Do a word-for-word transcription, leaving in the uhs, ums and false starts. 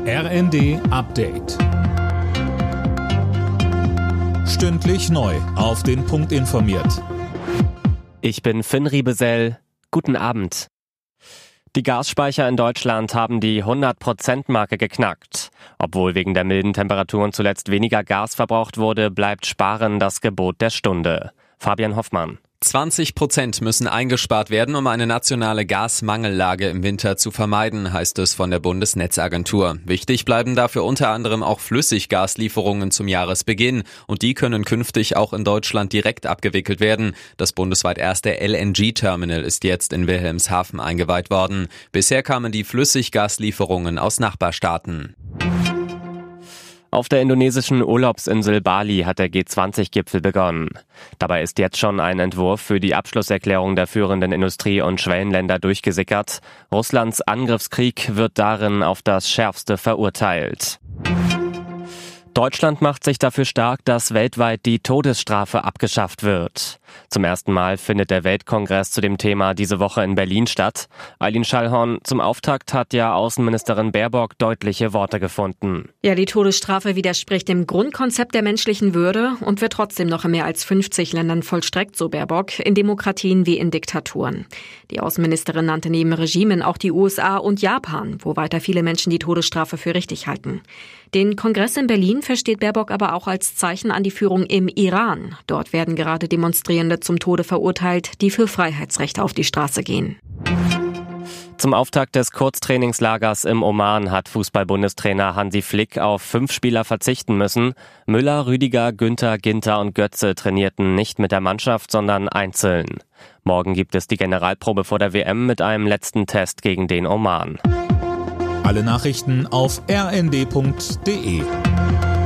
R N D Update. Stündlich neu auf den Punkt informiert. Ich bin Finn Riebesell. Guten Abend. Die Gasspeicher in Deutschland haben die hundert-Prozent-Marke geknackt. Obwohl wegen der milden Temperaturen zuletzt weniger Gas verbraucht wurde, bleibt Sparen das Gebot der Stunde. Fabian Hoffmann. zwanzig Prozent müssen eingespart werden, um eine nationale Gasmangellage im Winter zu vermeiden, heißt es von der Bundesnetzagentur. Wichtig bleiben dafür unter anderem auch Flüssiggaslieferungen zum Jahresbeginn. Und die können künftig auch in Deutschland direkt abgewickelt werden. Das bundesweit erste L N G-Terminal ist jetzt in Wilhelmshaven eingeweiht worden. Bisher kamen die Flüssiggaslieferungen aus Nachbarstaaten. Auf der indonesischen Urlaubsinsel Bali hat der G zwanzig Gipfel begonnen. Dabei ist jetzt schon ein Entwurf für die Abschlusserklärung der führenden Industrie- und Schwellenländer durchgesickert. Russlands Angriffskrieg wird darin auf das Schärfste verurteilt. Deutschland macht sich dafür stark, dass weltweit die Todesstrafe abgeschafft wird. Zum ersten Mal findet der Weltkongress zu dem Thema diese Woche in Berlin statt. Aylin Schallhorn, zum Auftakt hat ja Außenministerin Baerbock deutliche Worte gefunden. Ja, die Todesstrafe widerspricht dem Grundkonzept der menschlichen Würde und wird trotzdem noch in mehr als fünfzig Ländern vollstreckt, so Baerbock, in Demokratien wie in Diktaturen. Die Außenministerin nannte neben Regimen auch die U S A und Japan, wo weiter viele Menschen die Todesstrafe für richtig halten. Den Kongress in Berlin versteht Baerbock aber auch als Zeichen an die Führung im Iran. Dort werden gerade Demonstrierende zum Tode verurteilt, die für Freiheitsrechte auf die Straße gehen. Zum Auftakt des Kurztrainingslagers im Oman hat Fußball-Bundestrainer Hansi Flick auf fünf Spieler verzichten müssen. Müller, Rüdiger, Günther, Ginter und Götze trainierten nicht mit der Mannschaft, sondern einzeln. Morgen gibt es die Generalprobe vor der W M mit einem letzten Test gegen den Oman. Alle Nachrichten auf r n d punkt d e.